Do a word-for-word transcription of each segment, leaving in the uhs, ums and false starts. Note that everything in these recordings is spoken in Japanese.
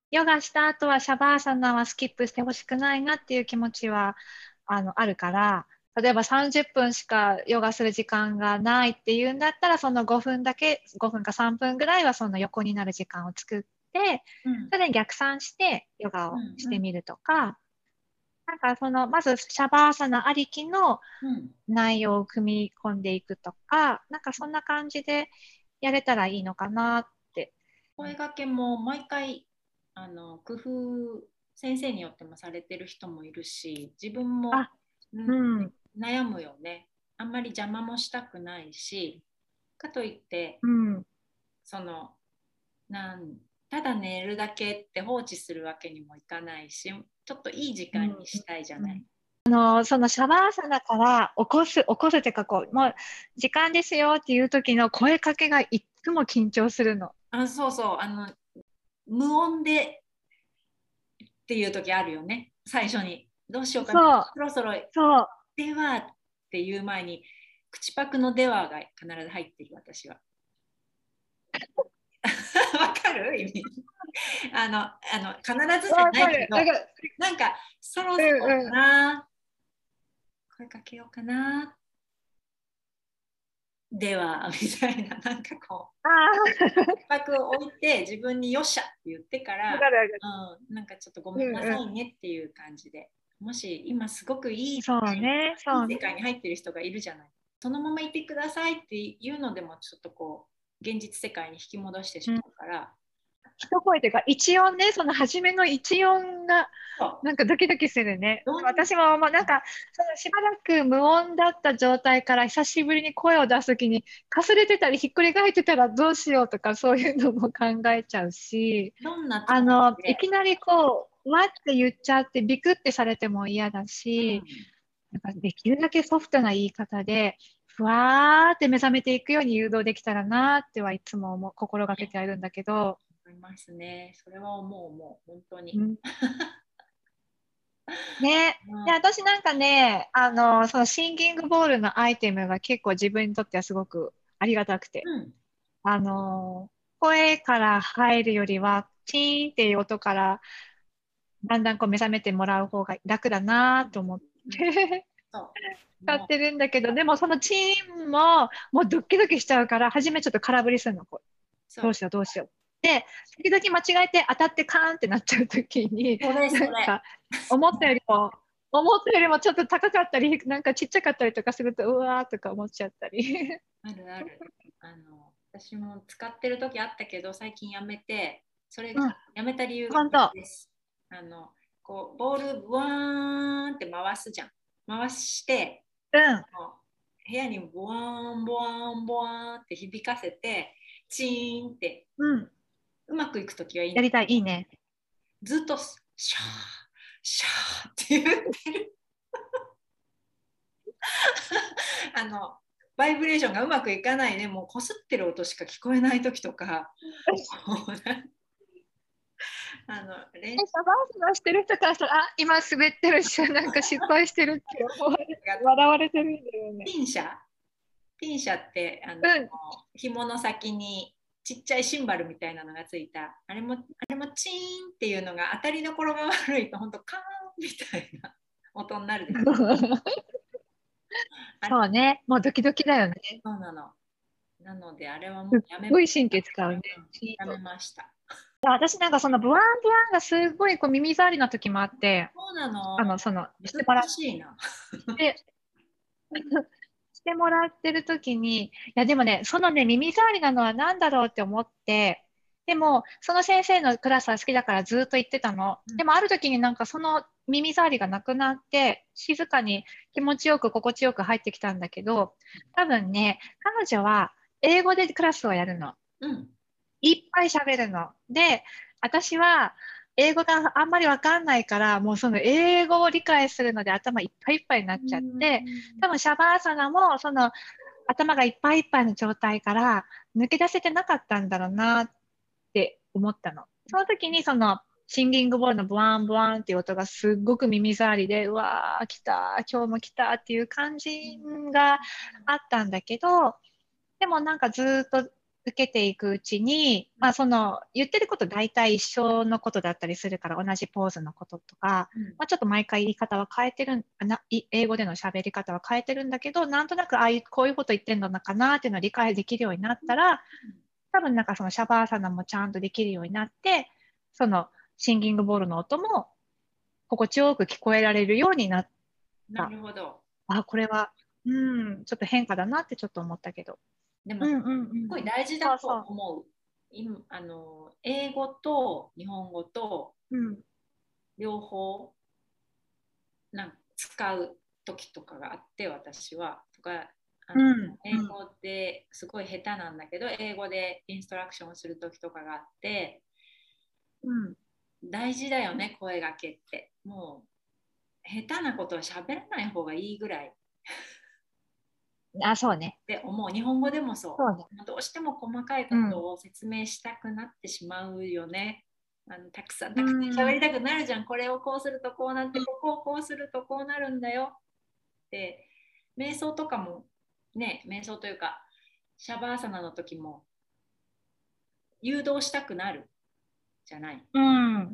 ヨガした後はシャバーサナはスキップしてほしくないなっていう気持ちは、あの、あるから、例えばさんじゅっぷんしかヨガする時間がないっていうんだったら、そのごふんだけ、ごふんかさんぷんぐらいはその横になる時間を作って、 うん、 それで逆算してヨガをうん、うん、 してみるとか、なんかその、まずシャバーサナありきのうん。 内容を組み込んでいくとか、なんかそんな感じでやれたらいいのかなって。 声掛けも毎回あの工夫先生によってもされてる人もいるし、自分も、 あ、 うん、 うん、 悩むよね。あんまり邪魔もしたくないし、かといってうん。 そのなんただ寝るだけって放置するわけにもいかないし、ちょっといい時うん間にしたいじゃない。 うん、あの、そのシャバーサナから起こす、起こすっていうかこう、もう時間ですよっていう時の声かけがいつも緊張するの。 あ、そうそう、あの無音でっていう時あるよね。最初にどうしようかな、 そう、 そろそろそう。 ではっていう前に口パクのではが必ず入ってる私は。わかる意味。あのあの必ずじゃわかる。なんないけど、 か、 なんかそろうそろかんうん。 な、声かけようかな、ではみたいな、なんかこああ、 う口パクを置いて自分によっしゃって言ってかわら、 かるわかる。 うん、なんかちょっとごうんめんなさういねっていう感じで、もし今すごくいん。 いそうね、 いいそうね。 世界に入ってる人がいるじゃない。そのままいてくださいっていうのでもちょっとこう現実世界に引き戻してしうん。 まうから、 一声というか、一音ね、その初めの一音が、 そうなんかドキドキするね。 どん私も、まあ、なんか、そのしばらく無音だった状態から久しぶりに声を出すときに、かすれてたりひっくり返ってたらどうしようとか、そういうのも考えちゃうし、 どんなトーンあの、いで、 きなりこう、わって言っちゃって、ビクってされても嫌だうし、 ん、 なんかできるだけソフトな言い方で、ふわーって目覚めていくように誘導できたらなーってはいつも思う、心がけね、 てはいるんだけど、 思いますね。それは思う、もう本当に。 うん、ね。で、 うん、 私なんかね、あの、そのシンギングボールのアイテムが結構自分にとってはすごくありがたくて、 うん、 あの、声から入るよりは、チーンっていう音からだんだんこう目覚めてもらう方が楽だなと思っうん、 てそう、 使ってもう、 るんだけど、でもそのチーンももうドキドキしちゃうから、初めちょっと空振りするの。こうそう、 どうしようどうしよう。で、時々間違えて当たってカーンってなっちゃうときに、 それ、それ。 なんか、思ったよりも、思ったよりもちょっと高かったり、なんかちっちゃかったりとかすると、うわーとか思っちゃったり。 あるある。あの、私も使ってる時あったけど、最近やめて、それがうん、 やめた理由がこれ本当。 です。あの、こう、ボール、ブワーンって回すじゃん。回して、 うん、 部屋にボワーン、ボワーン、ボワーンって響かせて、チーンってうん。 うまくいく時はいいんだけやりたい、いいね。 ど、ずっとシャー、シャーって言ってる。あの、バイブレーションがうまくいかないね、もうこすってる音しか聞こえない時とか、もうあの練習サバースのしてる人からしたら、あ、今滑ってるし、なんか失敗してるって思われ、 が笑われてるんだよね。 ピンシャピンシャってあのうん。 紐の先にちっちゃいシンバルみたいなのがついた、あれもあれもチーンっていうのが当たりどころが悪いと本当カーンみたいな音になるでしょ。あれ、 そうね。もうドキドキだよね。 そうなの。なのであれはもすっうやめ、 ごい神経使うね。 うん、やめました。 私なんかそのブワンブワンがすごいこう耳障りな時もあって、 そうなの。 あの、その、してもらっ難しいな。 て、してもらってる時に、いやでもね、そのね、耳障りなのは何だろうって思って、でも、その先生のクラスは好きだからずっと行ってたの。 うん、 でもある時になんかその耳障りがなくなって、静かに気持ちよく心地よく入ってきたんだけど、多分ね、彼女は英語でクラスをやるの。 うん、 いっぱい喋るの。で、私は英語があんまりわかんないから、もうその英語を理解するので頭いっぱいいっぱいになっちゃって、多分シャバーサナもその頭がいっぱいいっぱいの状態から抜け出せてなかったんだろうなって思ったの。その時にそのシンギングボールのブワンブワンっていう音がすっごく耳障りで、うわー来た、今日も来たっていう感じがあったんだけど、でもなんかずっと受けていくうちに、まあ、その言ってること大体一緒のことだったりするから、同じポーズのこととか、 うんまあ、ちょっと毎回言い方は変えてるんあな、い英語での喋り方は変えてるんだけど、なんとなくああいうこういうこと言ってんのかなっていうのを理解できるようになったら、多分なんかそのシャバーサナもちゃんとできるようになって、そのシンギングボールの音も心地よく聞こえられるようになっなた。 るほど。 あ、これは、うん、ちょっと変化だなってちょっと思ったけど。 でも、すうんうんうん。 ごい大事だとそうそう。 思う。今あの英語と日本語とうん。 両方なんか使う時とかがあって、私はとかあのうん。 英語ですごい下手なんだけど、英語でインストラクションをする時とかがあって、 うん。 大事だよね、声がけって。もう下手なことは喋らない方がいいぐらいっあ、そうね。 て思う。日本語でもそそうね。 う。どうしても細かいこうん。 とを説明したくなってしまうよね。あのたくさんうたくさん喋りたん。 くなるじゃん。これをこうするとこうなって、ここをこうするとこうなるんだよって。瞑想とかもね、瞑想というかシャバーサナの時も誘導したくなるじゃない。 うん。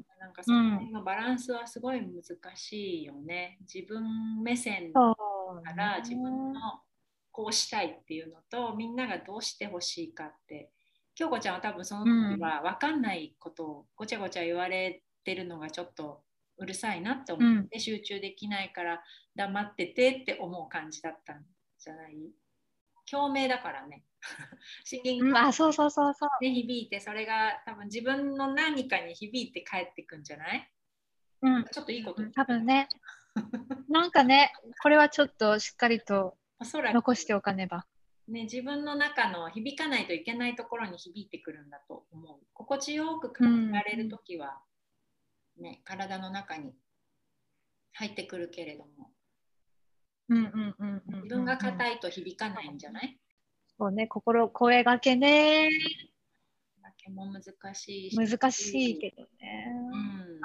なんかそこうん。 のバランスはすごい難しいよね。自分目線そうから自分ね。 のこうしたいっていうのと、みんながどうしてほしいかって、京子ちゃんは多分そのう時ん。 は分かんないことをごちゃごちゃ言われてるのがちょっとうるさいなって思っうん。 て、集中できないから黙っててって思う感じだったんじゃない？共鳴だからね。シンギングうん。あ、そうそうそうそう。 で響いて、それが多分自分の何かに響いて帰ってくんじゃない？ うん。 ちょっといいことうん、 言っ多分ね。なんかね、これはちょっとしっかりとおそらく残しておかねば。 ね、自分の中の響かないといけないところに響いてくるんだと思う。心地よく感じうん。 られるときは、ね、体の中に入ってくるけれども、 うんうんうんうん自分がうんうん。 硬いと響かないんじゃない？ そうね、心、声がけね。 だけも難しいし、 難しいけどね。 うん。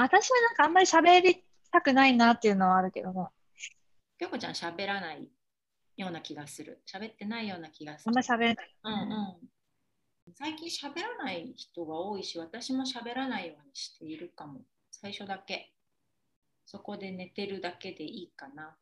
私はなんかあんまり喋りたくないなっていうのはあるけどね。 京子ちゃん喋らないような気がする。喋ってないような気がすあんまる。 り喋れない。 うんうん。最近喋らない人が多いし、私も喋らないようにしているかも。最初だけ。そこで寝てるだけでいいかなって。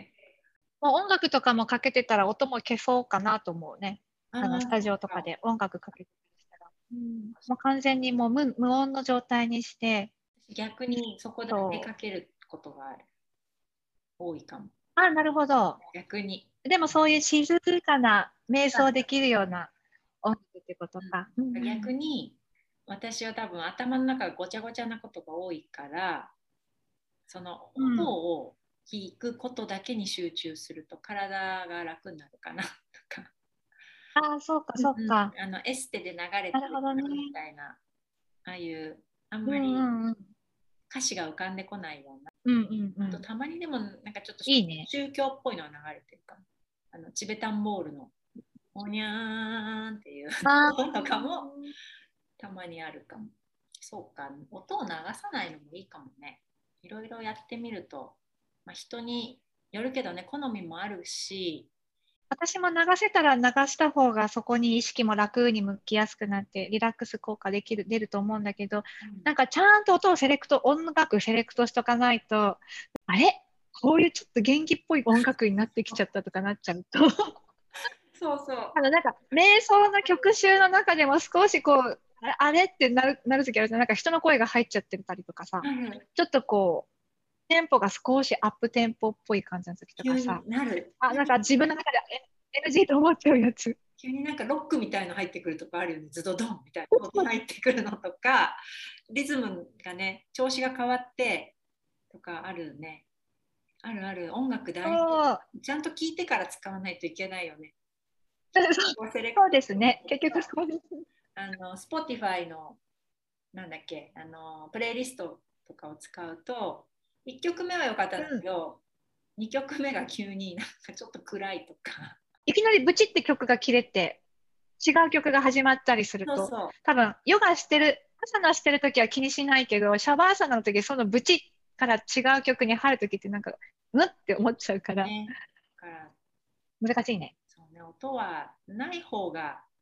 もう音楽とかもかけてたら音も消そうかなと思うね。 ああ、 あの、スタジオとかそっか。 で音楽かけてたら。うん、もう完全にもう無、無音の状態にして、 逆にそこだけかそう。 けることが多いかも。 あ、なるほど。 逆に。 でもそういう静かな瞑想あできるような音楽ってことか。うんううん、逆ん、 に私は多分頭の中がごちゃごちゃなことが多いから、その音うん。 を聞くことだけに集中すると体が楽になるかなとか。 ああ、そうか、 うんそうか。 うん、あのエステで流れなるほどね。 てるみたいな、ああいうあんうんまりうんうん。 歌詞が浮かんでこないような。 うんうんうあとん。 たまにでもなんかちょっといいね。 宗教っぽいのが流れてるかも。あのチベタンボールのおにゃーんっていうあのとかもー、 たまにあるかも。そうか、音を流さないのもいいかもね。いろいろやってみると、まあ、人によるけどね、好みもあるし、 私も流せたら流した方がそこに意識も楽に向きやすくなってリラックス効果できる、出ると思うんだけど、 うん、 なんかちゃんと音をセレクト、音楽セレクトしとかないと、あれこういうちょっと元気っぽい音楽になってきちゃったとかなっちゃうと、 そうそう。 あのなんか瞑想の曲集の中でも少しこう、あれ、あれってなる、なる時あるじゃん。なんか人の声が入っちゃってたりとかさ、 うん、 ちょっとこう、テンポが少しアップテンポっぽい感じの時とか急にさ、 なる。 あ、なんか自分の中で エヌジー と思っちゃうやつ。 急になんかロックみたいの入ってくるとかあるよね。ズドドンみたいな音入ってくるのとか、リズムがね、調子が変わってとかあるね。あるある。音楽大事。 そう。 ちゃんと聞いてから使わないといけないよね。セレクそうですね。結局そうです。 あの Spotify のなんだっけあのプレイリストとかを使うといっきょくめは良かったんだうん。 けど、にきょくめが急になんかちょっと暗いとか。 いきなりブチって曲が切れて、違う曲が始まったりすると、 そうそう。 多分、ヨガしてる、アサナしてるときは気にしないけど、シャバーサナのとき、そのブチから違う曲に入るときってなんか、むって思っちゃうから、 ね。だから難しいね。 そうね、音はない方が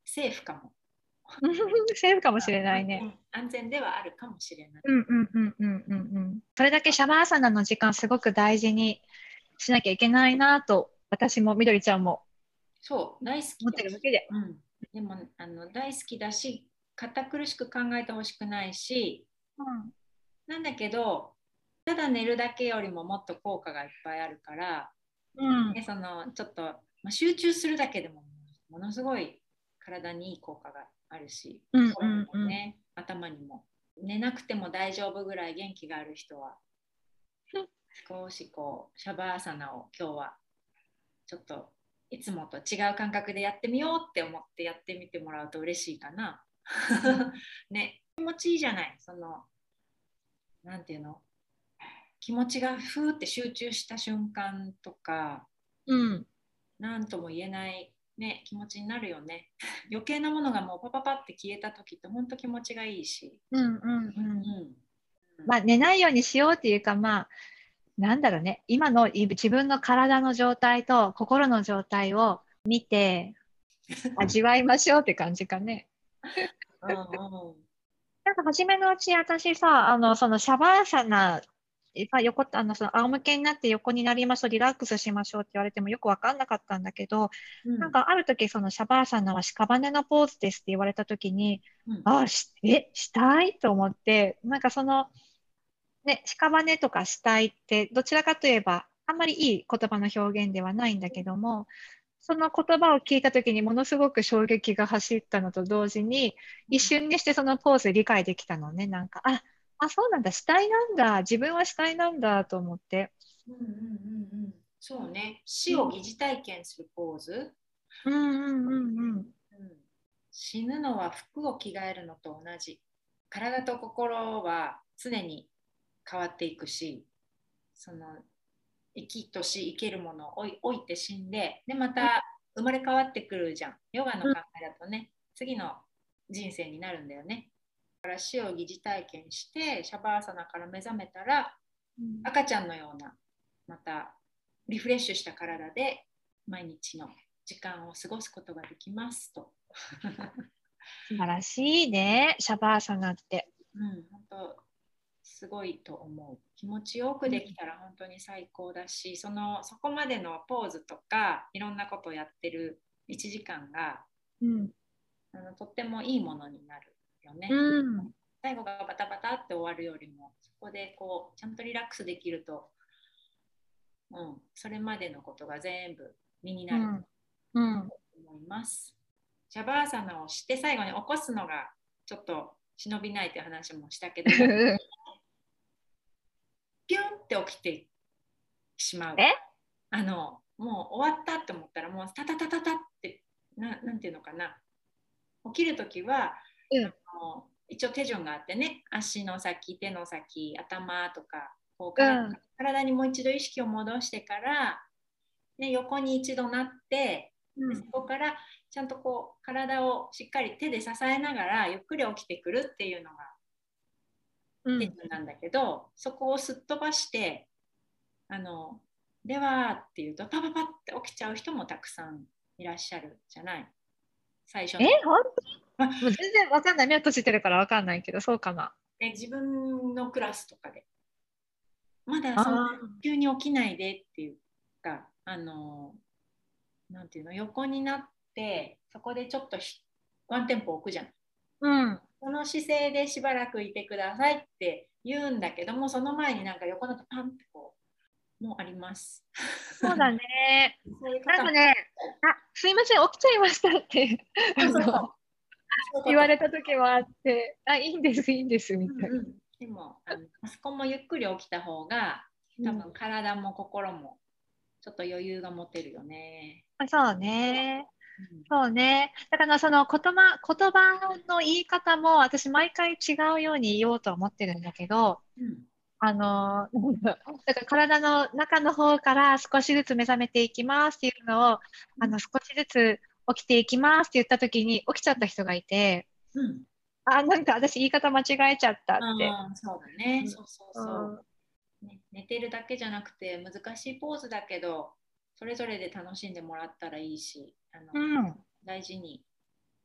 セーフかも。 セーフかもしれないね。 安全ではあるかもしれない。 うんうんうんうんうんうん。それだけシャバーサナの時間すごく大事にしなきゃいけないなと、私もみどりちゃんもそう、大好き思っだし、 てるわけで。 うん、でもあの大好きだし、堅苦しく考えてほしくないし、 うん。 なんだけど、ただ寝るだけよりももっと効果がいっぱいあるから、 うん。 でそのちょっと、まあ、集中するだけでもものすごい体にいい効果があるし、 うん心にうんうん。 もね、頭にも。寝なくても大丈夫ぐらい元気がある人は、少しこう、シャバーサナを今日はちょっといつもと違う感覚でやってみようって思ってやってみてもらうと嬉しいかな。ね、気持ちいいじゃない。その、なんていうの、気持ちがふーって集中した瞬間とか、 うん。 なんとも言えない、ね、気持ちになるよね。余計なものがもうパパパって消えた時って本当気持ちがいいし。 うんうんうん。 うん。 まあ寝ないようにしようっていうか、まあ、なんだろうね。今のい自分の体の状態と心の状態を見て味わいましょうって感じかね。 うんうん。 なんか初めのうち私さ、あの、そのシャバーサナが横、あの、その仰向けになって横になりましょう、リラックスしましょうって言われてもよくわかんなかったんだけど、 うんなんかある時そのシャバーサナは屍のポーズですって言われた時に、 うんああ、し、え、したいと思って、なんかその、ね、屍とか死体ってどちらかといえばあんまりいい言葉の表現ではないんだけども、その言葉を聞いたときにものすごく衝撃が走ったのと同時に、一瞬にしてそのポーズ理解できたのね。なんか、あ、あ、そうなんだ、死体なんだ、自分は死体なんだと思って。 うんうんうんうん。そうね。死をうん、 疑似体験するポーズ。 うんうんうんうん。 うん、死ぬのは服を着替えるのと同じ。体と心は常に変わっていくし、その生きとし生けるものを置い置いて死んで、でまた生まれ変わってくるじゃん。ヨガのうん考えだとね、次の人生になるんだよね。だから死を疑似体験して、シャバーサナから目覚めたら、 うん赤ちゃんのような、またリフレッシュした体で毎日の時間を過ごすことができますと。 素晴らしいね、シャバーサナって。 うん、本当すごいと思う。気持ちよくできたら本当に最高だし、そのそこまでのポーズとかいろんなことをやってるいちじかんがうん。 あのとってもいいものになるようね。 ん。 最後がバタバタって終わるよりも、そこでこうちゃんとリラックスできると、うん、それまでのことが全部身になるうん。うん。 と思います。シャバーサナをして最後に起こすのがちょっと忍びないという話もしたけども、ピュンって起きてしまう。 えあのもう終わったって思ったらもうタタタタタってななんていうのかな、起きるときはあうん。 の一応手順があってね、足の先、手の先、頭とかこうう体ん。 体にもう一度意識を戻してから、ね、横に一度なって、でそうん。 こからちゃんとこう体をしっかり手で支えながらゆっくり起きてくるっていうのがうん。 手順なんだけど、そこをすっ飛ばしてあのではっていうとパパパって起きちゃう人もたくさんいらっしゃるじゃない、最初え、 の。 ほんとまあもう全然わかんない。目を閉じてるからわかんないけど、そうかな。 ね、自分のクラスとかでまだあそんなあ。 急に起きないでっていうか、あのなんていうの、横になってそこでちょっとワンテンポ置くじゃん。 うん。 その姿勢でしばらくいてくださいって言うんだけども、その前になんか横だとパンってこうもうあります。 そうだね。 そういう方も。 なんかね、あ、すいません、起きちゃいましたって、あそうそうそう、 の、 そういうこと。 言われた時もあって、あ、いいんです、いいんです、みたいな。 うんうん、でもあのあそこもゆっくり起きた方が多うん、 分体も心もちょっと余裕が持てるよね。 あ、そうね。 うん、 そうね。だからその言葉、言葉の言い方も私毎回違うように言おうと思ってるんだけど、 うん、 あの、だから体の中の方から少しずつ目覚めていきますっていうのを、 うん、 あの、少しずつ起きていきますって言った時に起きちゃった人がいて、 うん。 あ、なんか私言い方間違えちゃったって。 ああ、そうだね。 うん。 そうそうそうん。 う、ね。寝てるだけじゃなくて難しいポーズだけど、それぞれで楽しんでもらったらいいし、あのうん。 大事に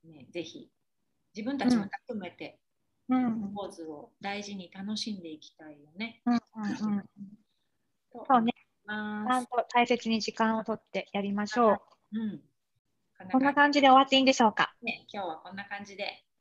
ね、ぜひ自分たちも含めて、 うん、 ポーズを大事に楽しんでいきたいよね。 うん、うん、うん。 とそうね。ちゃん思います。 と大切に時間をとってやりましょう。 うん。こんなこんな感感じで終わっていいんでしょうか。 じ、ね、今日はこんな感じで